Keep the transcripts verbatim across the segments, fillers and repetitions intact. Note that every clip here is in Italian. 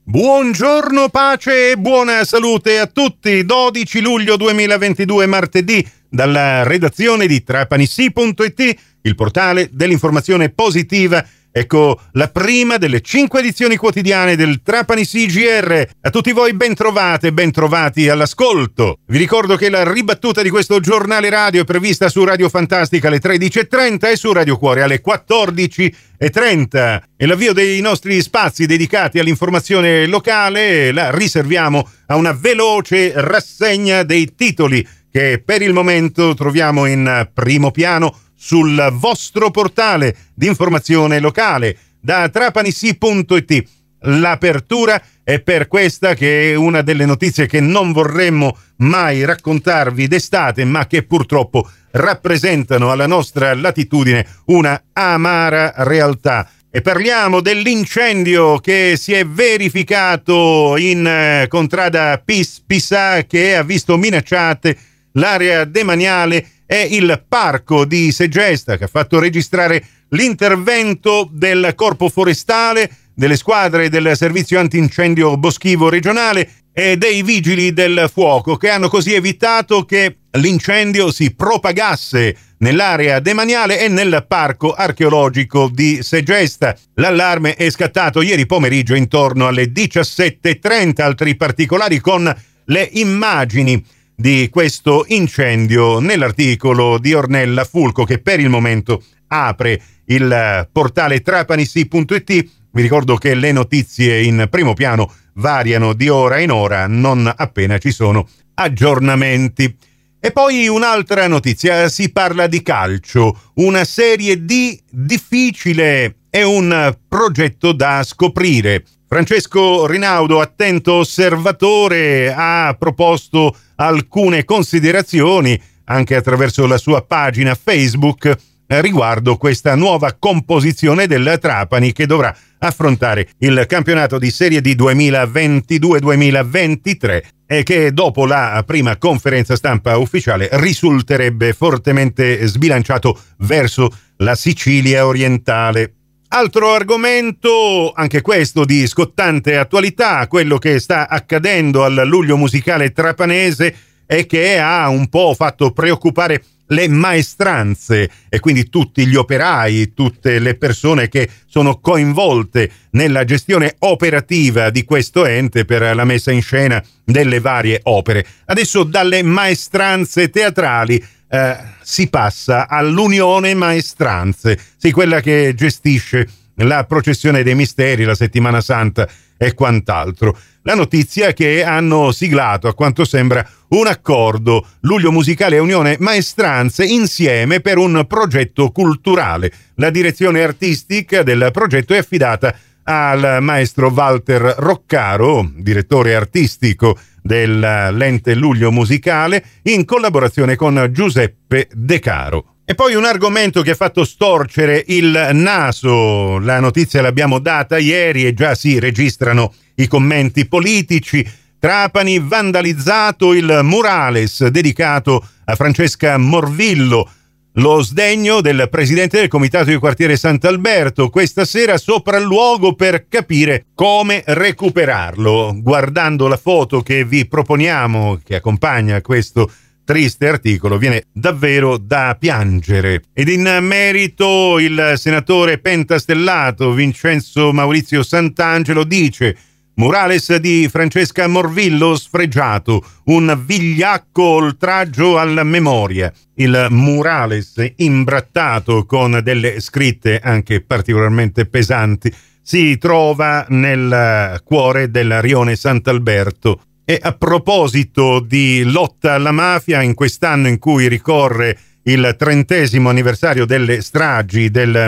Buongiorno, pace e buona salute a tutti. dodici luglio duemilaventidue, martedì, dalla redazione di Trapanissi punto it, il portale dell'informazione positiva. Ecco la prima delle cinque edizioni quotidiane del Trapanissi G R. A tutti voi ben trovate, ben trovati all'ascolto. Vi ricordo che la ribattuta di questo giornale radio è prevista su Radio Fantastica alle tredici e trenta e su Radio Cuore alle quattordici e trenta. E l'avvio dei nostri spazi dedicati all'informazione locale la riserviamo a una veloce rassegna dei titoli che per il momento troviamo in primo piano sul vostro portale di informazione locale da Trapanissi punto it. L'apertura è per questa, che è una delle notizie che non vorremmo mai raccontarvi d'estate, ma che purtroppo rappresentano alla nostra latitudine una amara realtà. E parliamo dell'incendio che si è verificato in eh, contrada Pis Pisà, che ha visto minacciate l'area demaniale e il parco di Segesta, che ha fatto registrare l'intervento del Corpo Forestale, delle squadre del Servizio Antincendio Boschivo Regionale e dei Vigili del Fuoco, che hanno così evitato che l'incendio si propagasse nell'area demaniale e nel parco archeologico di Segesta. L'allarme è scattato ieri pomeriggio intorno alle diciassette e trenta. Altri particolari con le immagini di questo incendio nell'articolo di Ornella Fulco, che per il momento apre il portale Trapanissi punto it. Vi ricordo che le notizie in primo piano variano di ora in ora, non appena ci sono aggiornamenti. E poi un'altra notizia, si parla di calcio, una Serie D difficile e un progetto da scoprire. Francesco Rinaudo, attento osservatore, ha proposto alcune considerazioni anche attraverso la sua pagina Facebook riguardo questa nuova composizione del Trapani, che dovrà affrontare il campionato di Serie D duemilaventidue duemilaventitré e che dopo la prima conferenza stampa ufficiale risulterebbe fortemente sbilanciato verso la Sicilia orientale. Altro argomento, anche questo di scottante attualità, quello che sta accadendo al Luglio Musicale Trapanese e che ha un po' fatto preoccupare le maestranze e quindi tutti gli operai, tutte le persone che sono coinvolte nella gestione operativa di questo ente per la messa in scena delle varie opere. Adesso dalle maestranze teatrali eh, si passa all'Unione Maestranze, sì, quella che gestisce la processione dei misteri, la settimana santa e quant'altro. La notizia è che hanno siglato, a quanto sembra, un accordo Luglio Musicale e Unione Maestranze insieme per un progetto culturale. La direzione artistica del progetto è affidata al maestro Walter Roccaro, direttore artistico dell'ente Luglio Musicale, in collaborazione con Giuseppe De Caro. E poi un argomento che ha fatto storcere il naso, la notizia l'abbiamo data ieri e già si registrano i commenti politici. Trapani, vandalizzato il murales dedicato a Francesca Morvillo. Lo sdegno del presidente del comitato di quartiere Sant'Alberto, questa sera sopralluogo per capire come recuperarlo. Guardando la foto che vi proponiamo, che accompagna questo triste articolo, viene davvero da piangere. Ed in merito il senatore pentastellato Vincenzo Maurizio Sant'Angelo dice: murales di Francesca Morvillo sfregiato, un vigliacco oltraggio alla memoria. Il murales imbrattato con delle scritte anche particolarmente pesanti si trova nel cuore del rione Sant'Alberto. E a proposito di lotta alla mafia, in quest'anno in cui ricorre il trentesimo anniversario delle stragi del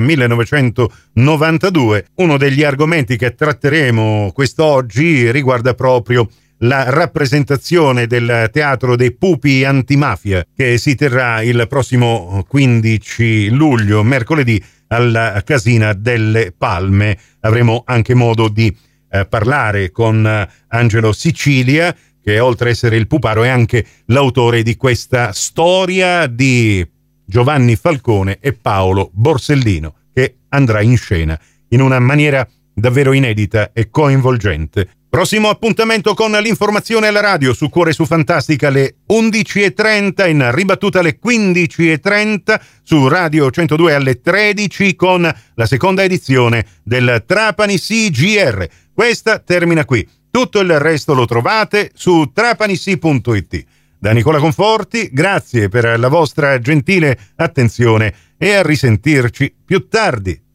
millenovecentonovantadue, uno degli argomenti che tratteremo quest'oggi riguarda proprio la rappresentazione del Teatro dei Pupi Antimafia, che si terrà il prossimo quindici luglio, mercoledì, alla Casina delle Palme. Avremo anche modo di eh, parlare con eh, Angelo Sicilia, che oltre a essere il puparo è anche l'autore di questa storia di Giovanni Falcone e Paolo Borsellino, che andrà in scena in una maniera davvero inedita e coinvolgente Prossimo appuntamento con l'informazione alla radio su Cuore su Fantastica alle undici e trenta, in ribattuta alle quindici e trenta, su Radio centodue alle tredici con la seconda edizione del Trapani C G R. Questa termina qui. Tutto il resto lo trovate su trapanissi punto it. Da Nicola Conforti, grazie per la vostra gentile attenzione e a risentirci più tardi.